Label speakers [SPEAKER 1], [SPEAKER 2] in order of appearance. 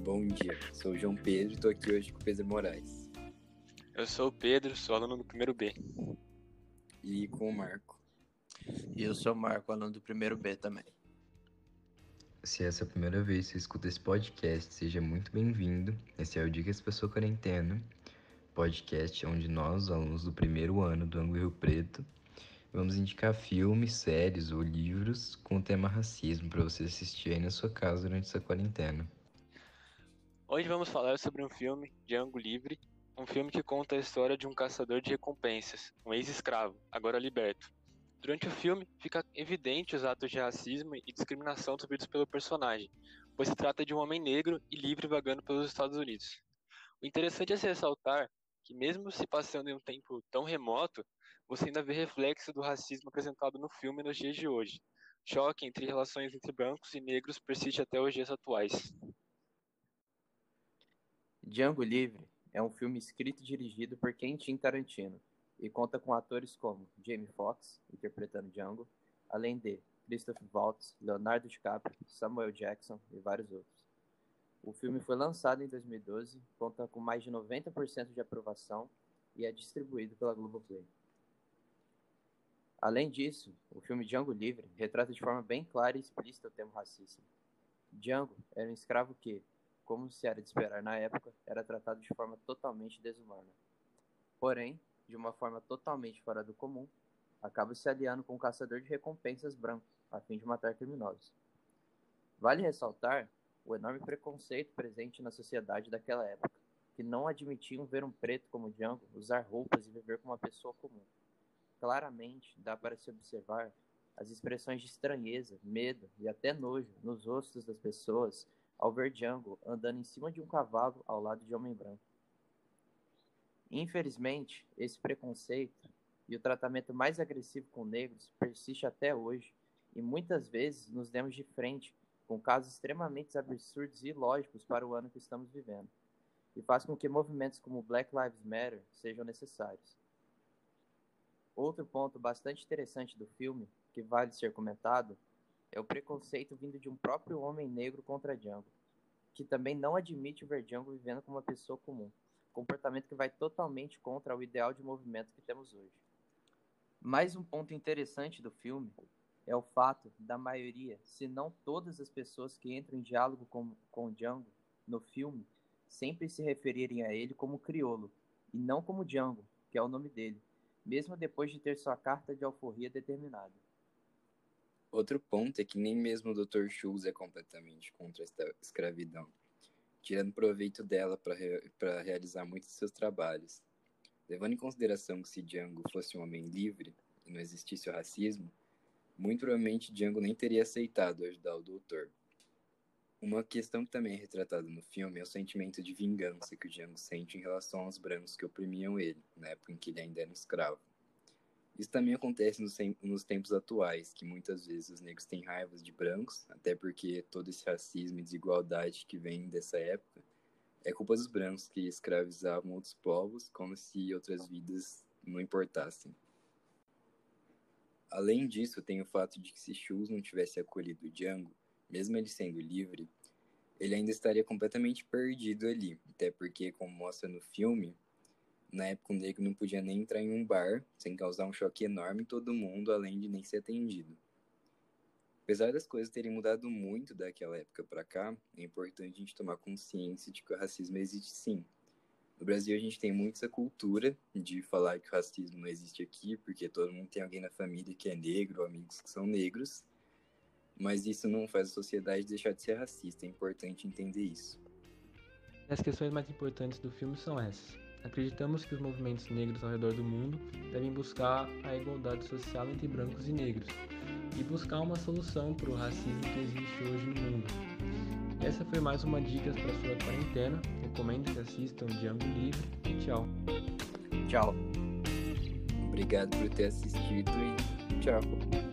[SPEAKER 1] Bom dia, sou o João Pedro e estou aqui hoje com o Pedro Moraes.
[SPEAKER 2] Eu sou o Pedro, sou aluno do primeiro B.
[SPEAKER 1] E com o Marco.
[SPEAKER 3] E eu sou o Marco, aluno do primeiro B também.
[SPEAKER 4] Se essa é a primeira vez que você escuta esse podcast, seja muito bem-vindo. Esse é o Dicas para Sua Quarentena, podcast onde nós, alunos do primeiro ano do Ângulo Rio Preto, vamos indicar filmes, séries ou livros com o tema racismo para você assistir aí na sua casa durante essa quarentena.
[SPEAKER 2] Hoje vamos falar sobre um filme, Django Livre, um filme que conta a história de um caçador de recompensas, um ex-escravo, agora liberto. Durante o filme, fica evidente os atos de racismo e discriminação sofridos pelo personagem, pois se trata de um homem negro e livre vagando pelos Estados Unidos. O interessante é se ressaltar que, mesmo se passando em um tempo tão remoto, você ainda vê reflexo do racismo apresentado no filme nos dias de hoje. Choque entre relações entre brancos e negros persiste até os dias atuais.
[SPEAKER 3] Django Livre é um filme escrito e dirigido por Quentin Tarantino e conta com atores como Jamie Foxx, interpretando Django, além de Christoph Waltz, Leonardo DiCaprio, Samuel Jackson e vários outros. O filme foi lançado em 2012, conta com mais de 90% de aprovação e é distribuído pela Globoplay. Além disso, o filme Django Livre retrata de forma bem clara e explícita o tema racismo. Django era um escravo que, como se era de esperar na época, era tratado de forma totalmente desumana. Porém, de uma forma totalmente fora do comum, acaba se aliando com um caçador de recompensas branco, a fim de matar criminosos. Vale ressaltar o enorme preconceito presente na sociedade daquela época, que não admitiam ver um preto como Django usar roupas e viver como uma pessoa comum. Claramente, dá para se observar as expressões de estranheza, medo e até nojo nos rostos das pessoas ao ver Django andando em cima de um cavalo ao lado de homem branco. Infelizmente, esse preconceito e o tratamento mais agressivo com negros persiste até hoje e muitas vezes nos demos de frente com casos extremamente absurdos e ilógicos para o ano que estamos vivendo, e faz com que movimentos como Black Lives Matter sejam necessários. Outro ponto bastante interessante do filme, que vale ser comentado, é o preconceito vindo de um próprio homem negro contra Django, que também não admite ver Django vivendo como uma pessoa comum, comportamento que vai totalmente contra o ideal de movimento que temos hoje. Mais um ponto interessante do filme é o fato da maioria, se não todas as pessoas que entram em diálogo com Django no filme, sempre se referirem a ele como crioulo, e não como Django, que é o nome dele, mesmo depois de ter sua carta de alforria determinada.
[SPEAKER 1] Outro ponto é que nem mesmo o Dr. Schultz é completamente contra a escravidão, tirando proveito dela para realizar muitos de seus trabalhos. Levando em consideração que se Django fosse um homem livre e não existisse o racismo, muito provavelmente Django nem teria aceitado ajudar o doutor. Uma questão que também é retratada no filme é o sentimento de vingança que o Django sente em relação aos brancos que oprimiam ele, na época em que ele ainda era um escravo. Isso também acontece nos tempos atuais, que muitas vezes os negros têm raivas de brancos, até porque todo esse racismo e desigualdade que vem dessa época é culpa dos brancos que escravizavam outros povos como se outras vidas não importassem. Além disso, tem o fato de que se Schultz não tivesse acolhido o Django, mesmo ele sendo livre, ele ainda estaria completamente perdido ali, até porque, como mostra no filme, na época o negro não podia nem entrar em um bar sem causar um choque enorme em todo mundo, além de nem ser atendido. Apesar das coisas terem mudado muito daquela época para cá, é importante a gente tomar consciência de que o racismo existe sim. No Brasil a gente tem muito essa cultura de falar que o racismo não existe aqui, porque todo mundo tem alguém na família que é negro, ou amigos que são negros, mas isso não faz a sociedade deixar de ser racista, é importante entender isso.
[SPEAKER 5] As questões mais importantes do filme são essas. Acreditamos que os movimentos negros ao redor do mundo devem buscar a igualdade social entre brancos e negros e buscar uma solução para o racismo que existe hoje no mundo. Essa foi mais uma dica para sua quarentena. Recomendo que assistam Django Livre e tchau.
[SPEAKER 3] Tchau.
[SPEAKER 1] Obrigado por ter assistido e tchau.